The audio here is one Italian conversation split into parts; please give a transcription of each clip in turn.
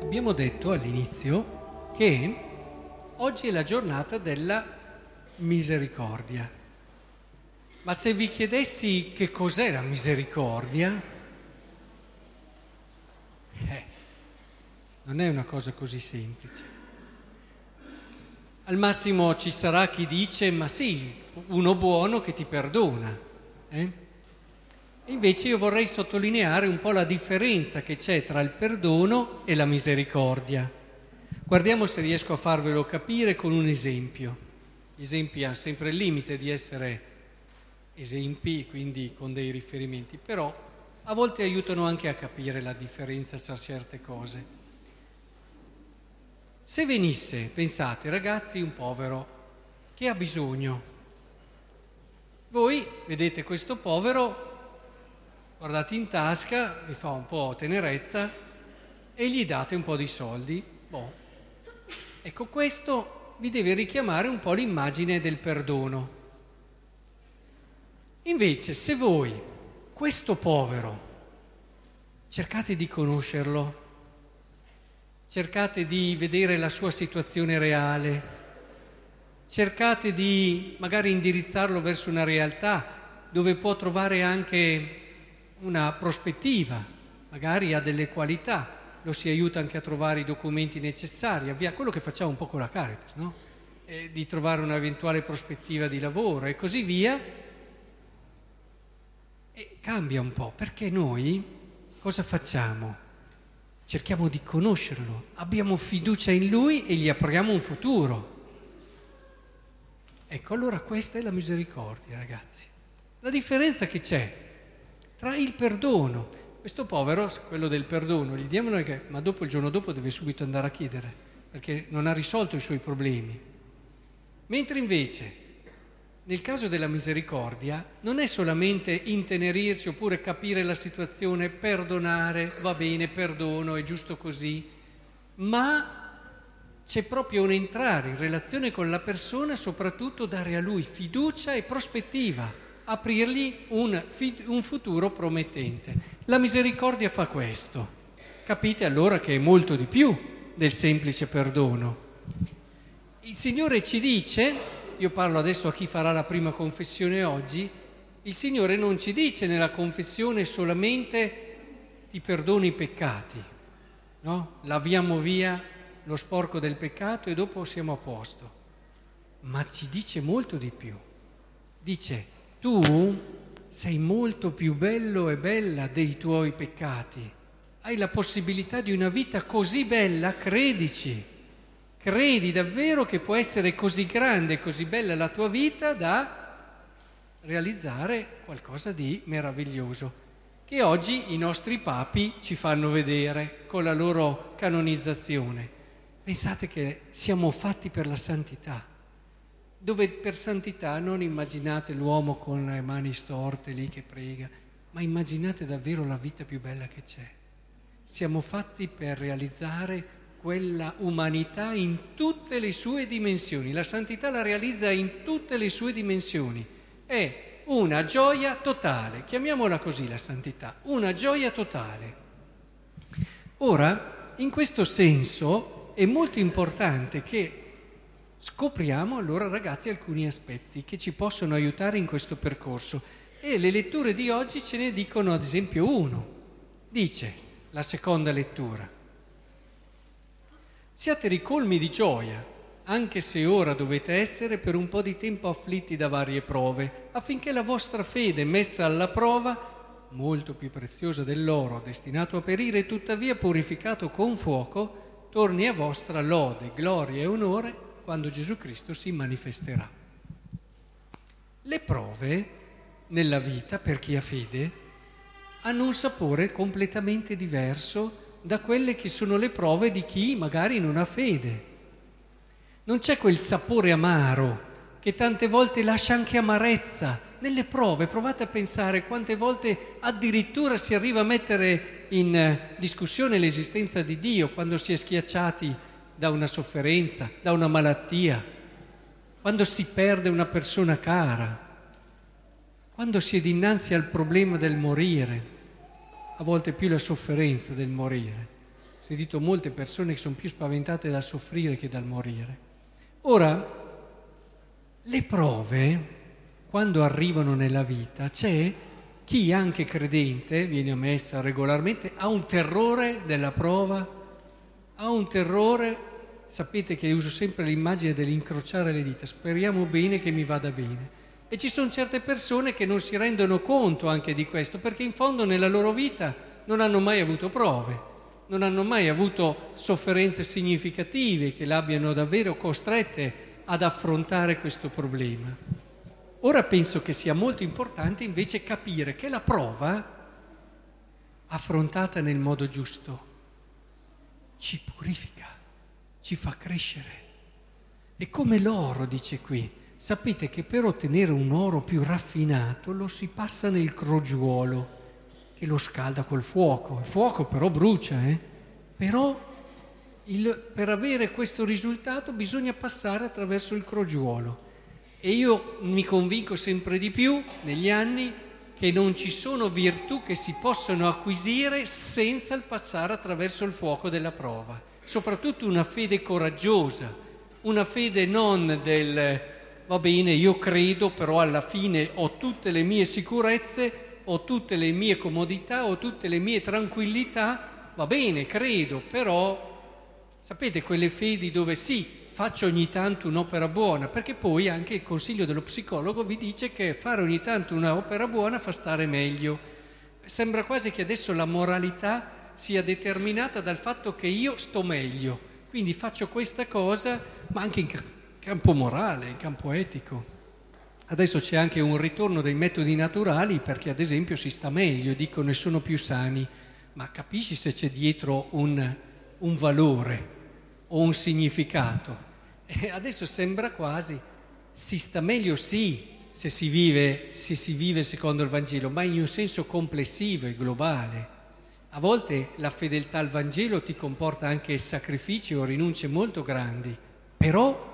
Abbiamo detto all'inizio che oggi è la giornata della misericordia. Ma se vi chiedessi che cos'è la misericordia, non è una cosa così semplice. Al massimo ci sarà chi dice, ma sì, uno buono che ti perdona. Invece io vorrei sottolineare un po' la differenza che c'è tra il perdono e la misericordia. Guardiamo se riesco a farvelo capire con un esempio. Gli esempi hanno sempre il limite di essere esempi, quindi con dei riferimenti, però a volte aiutano anche a capire la differenza tra certe cose. Se venisse, pensate ragazzi, un povero che ha bisogno, voi vedete questo povero, guardate in tasca, vi fa un po' tenerezza e gli date un po' di soldi. Ecco, questo vi deve richiamare un po' l'immagine del perdono. Invece, se voi, questo povero, cercate di conoscerlo, cercate di vedere la sua situazione reale, cercate di magari indirizzarlo verso una realtà dove può trovare anche una prospettiva, magari ha delle qualità, lo si aiuta anche a trovare i documenti necessari, quello che facciamo un po' con la Caritas, no? Di trovare un'eventuale prospettiva di lavoro e così via. E cambia un po', perché noi cosa facciamo? Cerchiamo di conoscerlo, abbiamo fiducia in lui e gli apriamo un futuro. Ecco, allora questa è la misericordia, ragazzi. La differenza che c'è tra il perdono, questo povero, quello del perdono, gli diamo ma dopo il giorno dopo deve subito andare a chiedere, perché non ha risolto i suoi problemi. Mentre invece, nel caso della misericordia, non è solamente intenerirsi oppure capire la situazione, perdonare, va bene, perdono, è giusto così, ma c'è proprio un entrare in relazione con la persona, soprattutto dare a lui fiducia e prospettiva, aprirgli un futuro promettente. La misericordia fa questo. Capite allora che è molto di più del semplice perdono. Il Signore ci dice, io parlo adesso a chi farà la prima confessione oggi, il Signore non ci dice nella confessione solamente ti perdono i peccati, no? Laviamo via lo sporco del peccato e dopo siamo a posto. Ma ci dice molto di più. Dice, tu sei molto più bello e bella dei tuoi peccati. Hai la possibilità di una vita così bella, credici. Credi davvero che può essere così grande e così bella la tua vita da realizzare qualcosa di meraviglioso, che oggi i nostri papi ci fanno vedere con la loro canonizzazione. Pensate che siamo fatti per la santità. Dove per santità non immaginate l'uomo con le mani storte lì che prega, ma immaginate davvero la vita più bella che c'è. Siamo fatti per realizzare quella umanità in tutte le sue dimensioni. La santità la realizza in tutte le sue dimensioni. È una gioia totale, chiamiamola così la santità, una gioia totale. Ora, in questo senso è molto importante che scopriamo allora, ragazzi, alcuni aspetti che ci possono aiutare in questo percorso e le letture di oggi ce ne dicono ad esempio uno. Dice la seconda lettura: siate ricolmi di gioia, anche se ora dovete essere per un po' di tempo afflitti da varie prove, affinché la vostra fede, messa alla prova, molto più preziosa dell'oro, destinato a perire e tuttavia purificato con fuoco, torni a vostra lode, gloria e onore quando Gesù Cristo si manifesterà. Le prove nella vita, per chi ha fede, hanno un sapore completamente diverso da quelle che sono le prove di chi magari non ha fede. Non c'è quel sapore amaro che tante volte lascia anche amarezza. Nelle prove provate a pensare quante volte addirittura si arriva a mettere in discussione l'esistenza di Dio quando si è schiacciati da una sofferenza, da una malattia, quando si perde una persona cara, quando si è dinanzi al problema del morire, a volte più la sofferenza del morire. sentito molte persone che sono più spaventate dal soffrire che dal morire. Ora, le prove, quando arrivano nella vita, c'è chi anche credente, viene a messa regolarmente, ha un terrore della prova, ha un terrore, sapete che uso sempre l'immagine dell'incrociare le dita, speriamo bene che mi vada bene. E ci sono certe persone che non si rendono conto anche di questo, perché in fondo nella loro vita non hanno mai avuto prove, non hanno mai avuto sofferenze significative che l'abbiano davvero costrette ad affrontare questo problema. Ora penso che sia molto importante invece capire che la prova, affrontata nel modo giusto, ci purifica, ci fa crescere. E come l'oro, dice qui, sapete che per ottenere un oro più raffinato lo si passa nel crogiuolo, che lo scalda col fuoco. Il fuoco però brucia, Però per avere questo risultato bisogna passare attraverso il crogiuolo. E io mi convinco sempre di più, negli anni, che non ci sono virtù che si possono acquisire senza il passare attraverso il fuoco della prova. Soprattutto una fede coraggiosa, una fede non del va bene, io credo, però alla fine ho tutte le mie sicurezze, ho tutte le mie comodità, ho tutte le mie tranquillità, va bene, credo, però sapete quelle fedi dove sì, faccio ogni tanto un'opera buona, perché poi anche il consiglio dello psicologo vi dice che fare ogni tanto un'opera buona fa stare meglio. Sembra quasi che adesso la moralità sia determinata dal fatto che io sto meglio, quindi faccio questa cosa, ma anche in campo morale, in campo etico. Adesso c'è anche un ritorno dei metodi naturali perché ad esempio si sta meglio, dicono, e sono più sani, ma capisci se c'è dietro un valore o un significato? E adesso sembra quasi si sta meglio sì se si vive secondo il Vangelo, ma in un senso complessivo e globale. A volte la fedeltà al Vangelo ti comporta anche sacrifici o rinunce molto grandi, però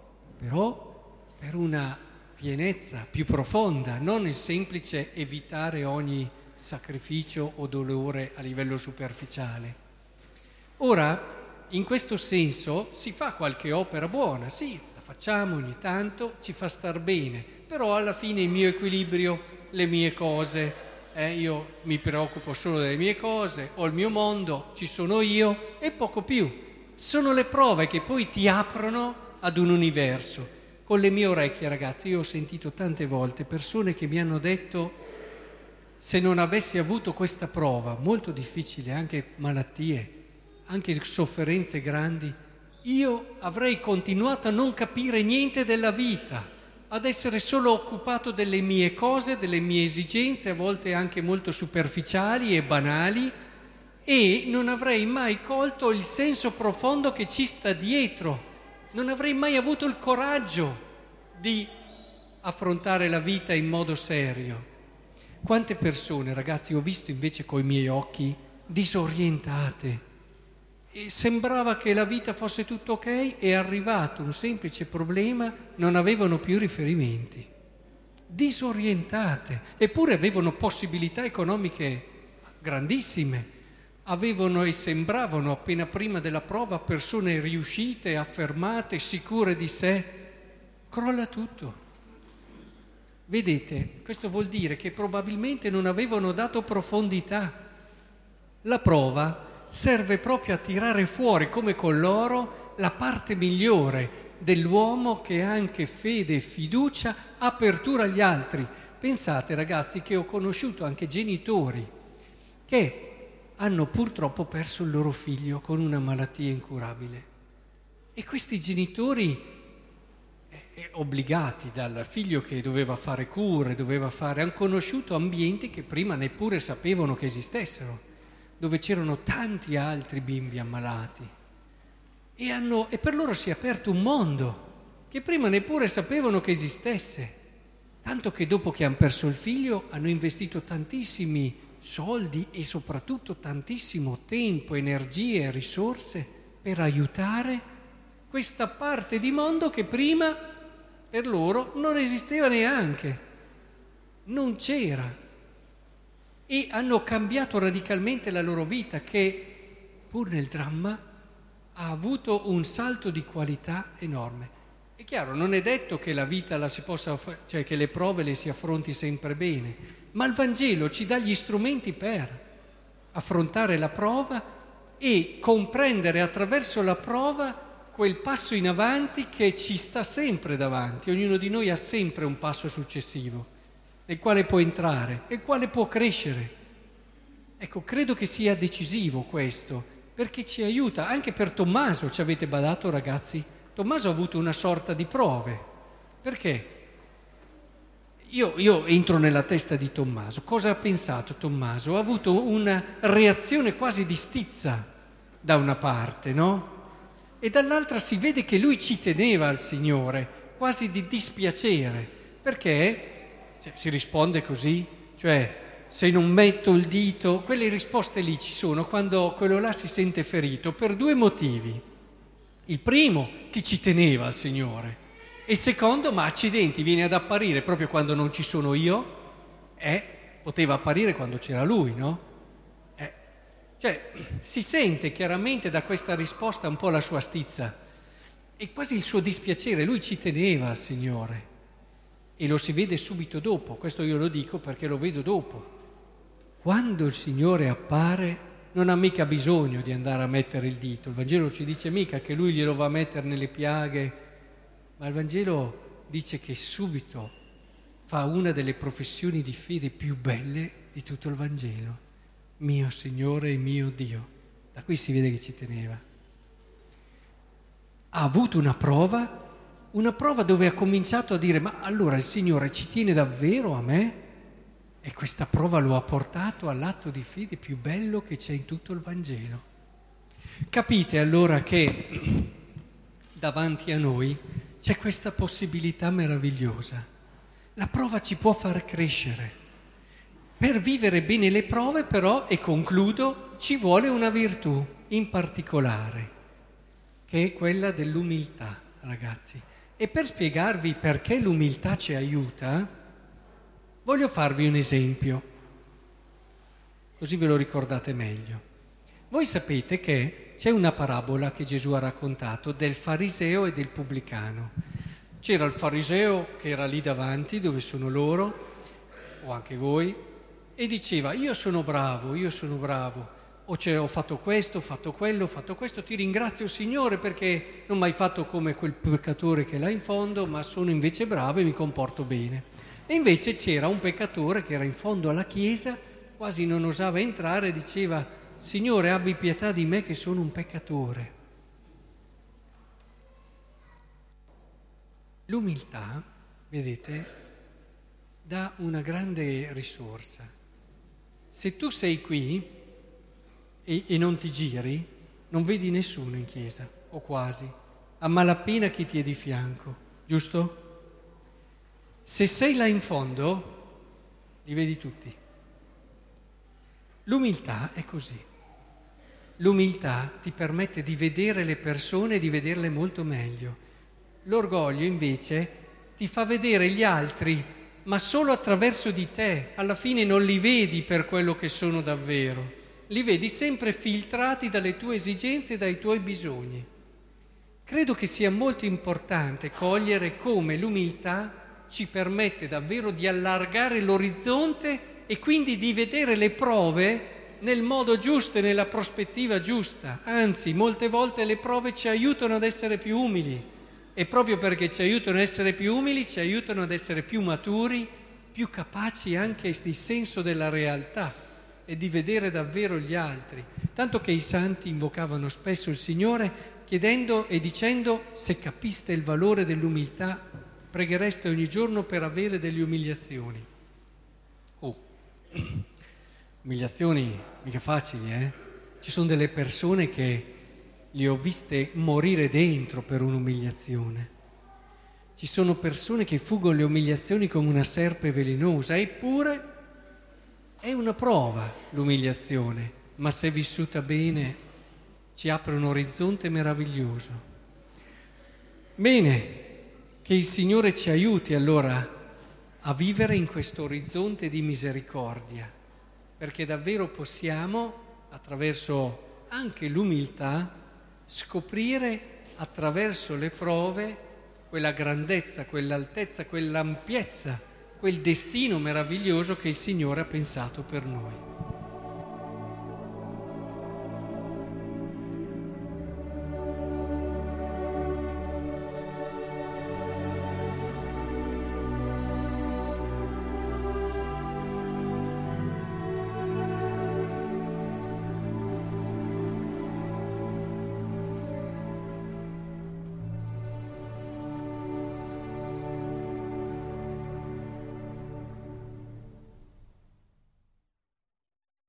per una pienezza più profonda, non il semplice evitare ogni sacrificio o dolore a livello superficiale. Ora, in questo senso si fa qualche opera buona, sì, la facciamo ogni tanto, ci fa star bene, però alla fine il mio equilibrio, le mie cose, io mi preoccupo solo delle mie cose, ho il mio mondo, ci sono io e poco più. Sono le prove che poi ti aprono ad un universo. Con le mie orecchie, ragazzi, io ho sentito tante volte persone che mi hanno detto: se non avessi avuto questa prova, molto difficile, anche malattie, anche sofferenze grandi, io avrei continuato a non capire niente della vita, ad essere solo occupato delle mie cose, delle mie esigenze, a volte anche molto superficiali e banali, e non avrei mai colto il senso profondo che ci sta dietro. Non avrei mai avuto il coraggio di affrontare la vita in modo serio. Quante persone, ragazzi, ho visto invece coi miei occhi disorientate e sembrava che la vita fosse tutto ok, è arrivato un semplice problema, non avevano più riferimenti, disorientate, eppure avevano possibilità economiche grandissime, avevano e sembravano appena prima della prova persone riuscite, affermate, sicure di sé. Crolla tutto. Vedete, questo vuol dire che probabilmente non avevano dato profondità. La prova serve proprio a tirare fuori, come con l'oro, la parte migliore dell'uomo che ha anche fede, fiducia, apertura agli altri. Pensate, ragazzi, che ho conosciuto anche genitori che hanno purtroppo perso il loro figlio con una malattia incurabile. E questi genitori, obbligati dal figlio che doveva fare cure, hanno conosciuto ambienti che prima neppure sapevano che esistessero, dove c'erano tanti altri bimbi ammalati. E per loro si è aperto un mondo che prima neppure sapevano che esistesse. Tanto che dopo che hanno perso il figlio hanno investito tantissimi soldi e soprattutto tantissimo tempo, energie e risorse per aiutare questa parte di mondo che prima per loro non esisteva neanche, non c'era. E hanno cambiato radicalmente la loro vita, che pur nel dramma ha avuto un salto di qualità enorme. È chiaro, non è detto che la vita la si possa, cioè che le prove le si affronti sempre bene, ma il Vangelo ci dà gli strumenti per affrontare la prova e comprendere attraverso la prova quel passo in avanti che ci sta sempre davanti. Ognuno di noi ha sempre un passo successivo nel quale può entrare, nel quale può crescere. Ecco, credo che sia decisivo questo, perché ci aiuta. Anche per Tommaso, ci avete badato, ragazzi? Tommaso ha avuto una sorta di prove. Perché? Io entro nella testa di Tommaso. Cosa ha pensato Tommaso? Ha avuto una reazione quasi di stizza da una parte, no? E dall'altra si vede che lui ci teneva al Signore, quasi di dispiacere. Perché? Si risponde così, cioè se non metto il dito, quelle risposte lì ci sono quando quello là si sente ferito per due motivi. Il primo, che ci teneva al Signore, e il secondo, ma accidenti, viene ad apparire proprio quando non ci sono io, poteva apparire quando c'era lui, no? Cioè si sente chiaramente da questa risposta un po' la sua stizza e quasi il suo dispiacere. Lui ci teneva al Signore. E lo si vede subito dopo, questo io lo dico perché lo vedo dopo. Quando il Signore appare non ha mica bisogno di andare a mettere il dito, il Vangelo ci dice mica che lui glielo va a mettere nelle piaghe, ma il Vangelo dice che subito fa una delle professioni di fede più belle di tutto il Vangelo: mio Signore e mio Dio. Da qui si vede che ci teneva. Ha avuto una prova dove ha cominciato a dire: ma allora il Signore ci tiene davvero a me? E questa prova lo ha portato all'atto di fede più bello che c'è in tutto il Vangelo. Capite allora che davanti a noi c'è questa possibilità meravigliosa. La prova ci può far crescere. Per vivere bene le prove però, e concludo, ci vuole una virtù in particolare, che è quella dell'umiltà, ragazzi. E per spiegarvi perché l'umiltà ci aiuta, voglio farvi un esempio, così ve lo ricordate meglio. Voi sapete che c'è una parabola che Gesù ha raccontato del fariseo e del pubblicano. C'era il fariseo che era lì davanti, dove sono loro, o anche voi, e diceva: io sono bravo, ho fatto questo, ho fatto quello, ho fatto questo, ti ringrazio Signore perché non mi hai fatto come quel peccatore che è là in fondo, ma sono invece bravo e mi comporto bene. E invece c'era un peccatore che era in fondo alla chiesa, quasi non osava entrare, e diceva: Signore, abbi pietà di me che sono un peccatore. L'umiltà, vedete, dà una grande risorsa. Se tu sei qui e non ti giri, non vedi nessuno in chiesa, o quasi, a malapena chi ti è di fianco, giusto? Se sei là in fondo, li vedi tutti. L'umiltà è così. L'umiltà ti permette di vedere le persone e di vederle molto meglio. L'orgoglio invece ti fa vedere gli altri, ma solo attraverso di te. Alla fine non li vedi per quello che sono davvero. Li vedi sempre filtrati dalle tue esigenze e dai tuoi bisogni. Credo che sia molto importante cogliere come l'umiltà ci permette davvero di allargare l'orizzonte e quindi di vedere le prove nel modo giusto e nella prospettiva giusta. Anzi, molte volte le prove ci aiutano ad essere più umili e proprio perché ci aiutano ad essere più umili, ci aiutano ad essere più maturi, più capaci anche di senso della realtà e di vedere davvero gli altri. Tanto che i santi invocavano spesso il Signore chiedendo e dicendo: se capiste il valore dell'umiltà, preghereste ogni giorno per avere delle umiliazioni. Umiliazioni mica facili, Ci sono delle persone che le ho viste morire dentro per un'umiliazione. Ci sono persone che fuggono le umiliazioni come una serpe velenosa, eppure è una prova l'umiliazione, ma se vissuta bene ci apre un orizzonte meraviglioso. Bene, che il Signore ci aiuti allora a vivere in questo orizzonte di misericordia, perché davvero possiamo, attraverso anche l'umiltà, scoprire attraverso le prove quella grandezza, quell'altezza, quell'ampiezza, quel destino meraviglioso che il Signore ha pensato per noi.